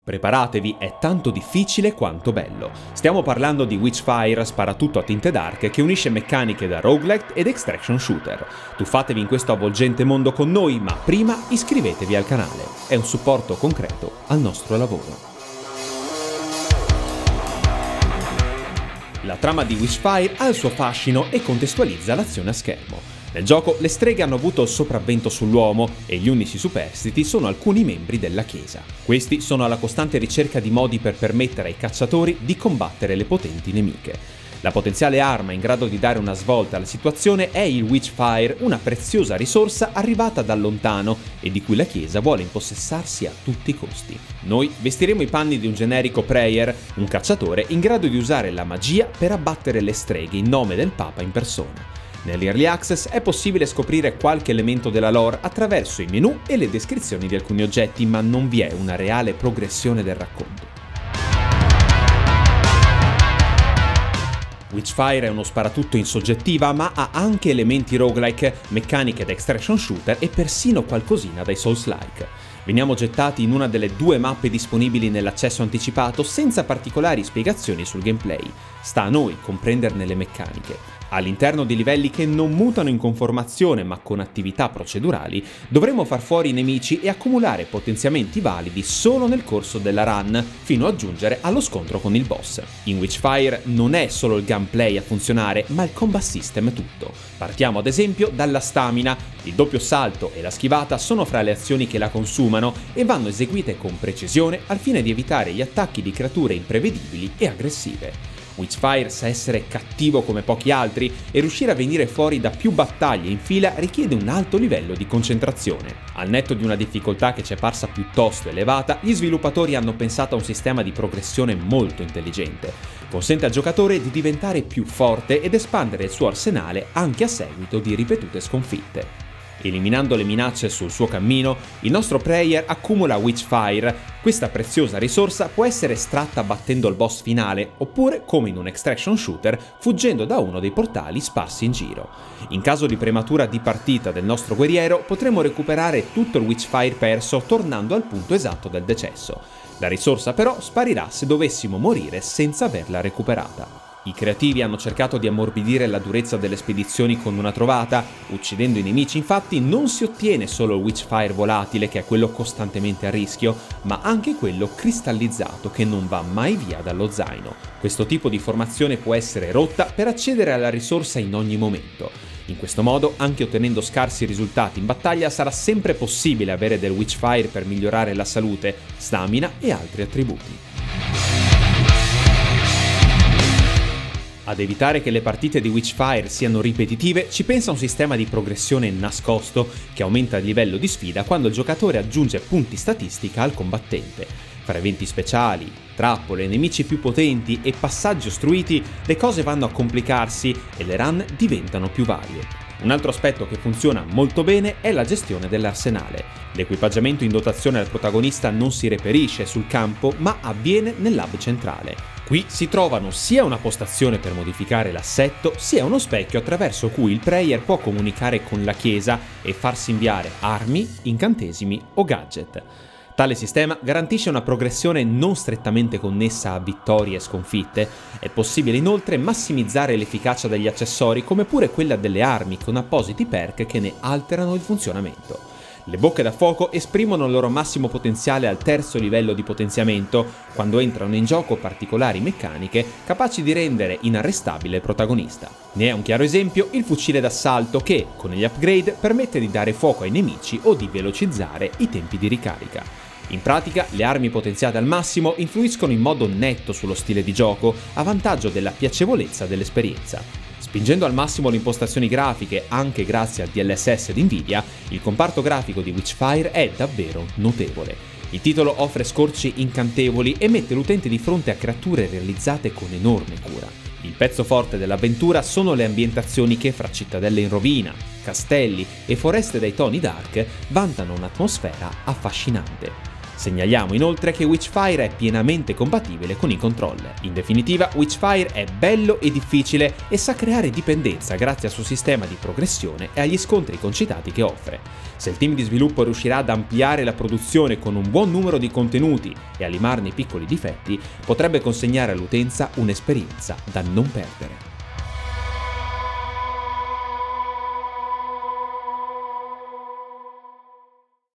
Preparatevi, è tanto difficile quanto bello. Stiamo parlando di Witchfire sparatutto a tinte dark che unisce meccaniche da roguelite ed extraction shooter. Tuffatevi in questo avvolgente mondo con noi, ma prima iscrivetevi al canale. È un supporto concreto al nostro lavoro. La trama di Witchfire ha il suo fascino e contestualizza l'azione a schermo. Nel gioco le streghe hanno avuto il sopravvento sull'uomo e gli unici superstiti sono alcuni membri della chiesa. Questi sono alla costante ricerca di modi per permettere ai cacciatori di combattere le potenti nemiche. La potenziale arma in grado di dare una svolta alla situazione è il Witchfire, una preziosa risorsa arrivata da lontano e di cui la chiesa vuole impossessarsi a tutti i costi. Noi vestiremo i panni di un generico prayer, un cacciatore in grado di usare la magia per abbattere le streghe in nome del Papa in persona. Nell'Early Access è possibile scoprire qualche elemento della lore attraverso i menu e le descrizioni di alcuni oggetti, ma non vi è una reale progressione del racconto. Witchfire è uno sparatutto in soggettiva, ma ha anche elementi roguelike, meccaniche da extraction shooter e persino qualcosina dai Souls-like. Veniamo gettati in una delle due mappe disponibili nell'accesso anticipato senza particolari spiegazioni sul gameplay. Sta a noi comprenderne le meccaniche. All'interno di livelli che non mutano in conformazione ma con attività procedurali, dovremo far fuori i nemici e accumulare potenziamenti validi solo nel corso della run, fino a giungere allo scontro con il boss. In Witchfire non è solo il gameplay a funzionare, ma il combat system tutto. Partiamo ad esempio dalla stamina. Il doppio salto e la schivata sono fra le azioni che la consumano e vanno eseguite con precisione al fine di evitare gli attacchi di creature imprevedibili e aggressive. Witchfire sa essere cattivo come pochi altri e riuscire a venire fuori da più battaglie in fila richiede un alto livello di concentrazione. Al netto di una difficoltà che ci è parsa piuttosto elevata, gli sviluppatori hanno pensato a un sistema di progressione molto intelligente. Consente al giocatore di diventare più forte ed espandere il suo arsenale anche a seguito di ripetute sconfitte. Eliminando le minacce sul suo cammino, il nostro player accumula Witchfire. Questa preziosa risorsa può essere estratta battendo il boss finale, oppure, come in un extraction shooter, fuggendo da uno dei portali sparsi in giro. In caso di prematura dipartita del nostro guerriero, potremo recuperare tutto il Witchfire perso tornando al punto esatto del decesso. La risorsa però sparirà se dovessimo morire senza averla recuperata. I creativi hanno cercato di ammorbidire la durezza delle spedizioni con una trovata. Uccidendo i nemici infatti non si ottiene solo il Witchfire volatile, che è quello costantemente a rischio, ma anche quello cristallizzato che non va mai via dallo zaino. Questo tipo di formazione può essere rotta per accedere alla risorsa in ogni momento. In questo modo, anche ottenendo scarsi risultati in battaglia, sarà sempre possibile avere del Witchfire per migliorare la salute, stamina e altri attributi. Ad evitare che le partite di Witchfire siano ripetitive, ci pensa un sistema di progressione nascosto che aumenta il livello di sfida quando il giocatore aggiunge punti statistica al combattente. Fra eventi speciali, trappole, nemici più potenti e passaggi ostruiti, le cose vanno a complicarsi e le run diventano più varie. Un altro aspetto che funziona molto bene è la gestione dell'arsenale. L'equipaggiamento in dotazione al protagonista non si reperisce sul campo, ma avviene nell'hub centrale. Qui si trovano sia una postazione per modificare l'assetto, sia uno specchio attraverso cui il player può comunicare con la chiesa e farsi inviare armi, incantesimi o gadget. Tale sistema garantisce una progressione non strettamente connessa a vittorie e sconfitte. È possibile inoltre massimizzare l'efficacia degli accessori, come pure quella delle armi, con appositi perk che ne alterano il funzionamento. Le bocche da fuoco esprimono il loro massimo potenziale al terzo livello di potenziamento, quando entrano in gioco particolari meccaniche capaci di rendere inarrestabile il protagonista. Ne è un chiaro esempio il fucile d'assalto che, con gli upgrade, permette di dare fuoco ai nemici o di velocizzare i tempi di ricarica. In pratica, le armi potenziate al massimo influiscono in modo netto sullo stile di gioco, a vantaggio della piacevolezza dell'esperienza. Spingendo al massimo le impostazioni grafiche, anche grazie al DLSS di Nvidia, il comparto grafico di Witchfire è davvero notevole. Il titolo offre scorci incantevoli e mette l'utente di fronte a creature realizzate con enorme cura. Il pezzo forte dell'avventura sono le ambientazioni che, fra cittadelle in rovina, castelli e foreste dai toni dark, vantano un'atmosfera affascinante. Segnaliamo inoltre che Witchfire è pienamente compatibile con i controller. In definitiva, Witchfire è bello e difficile e sa creare dipendenza grazie al suo sistema di progressione e agli scontri concitati che offre. Se il team di sviluppo riuscirà ad ampliare la produzione con un buon numero di contenuti e a limarne i piccoli difetti, potrebbe consegnare all'utenza un'esperienza da non perdere.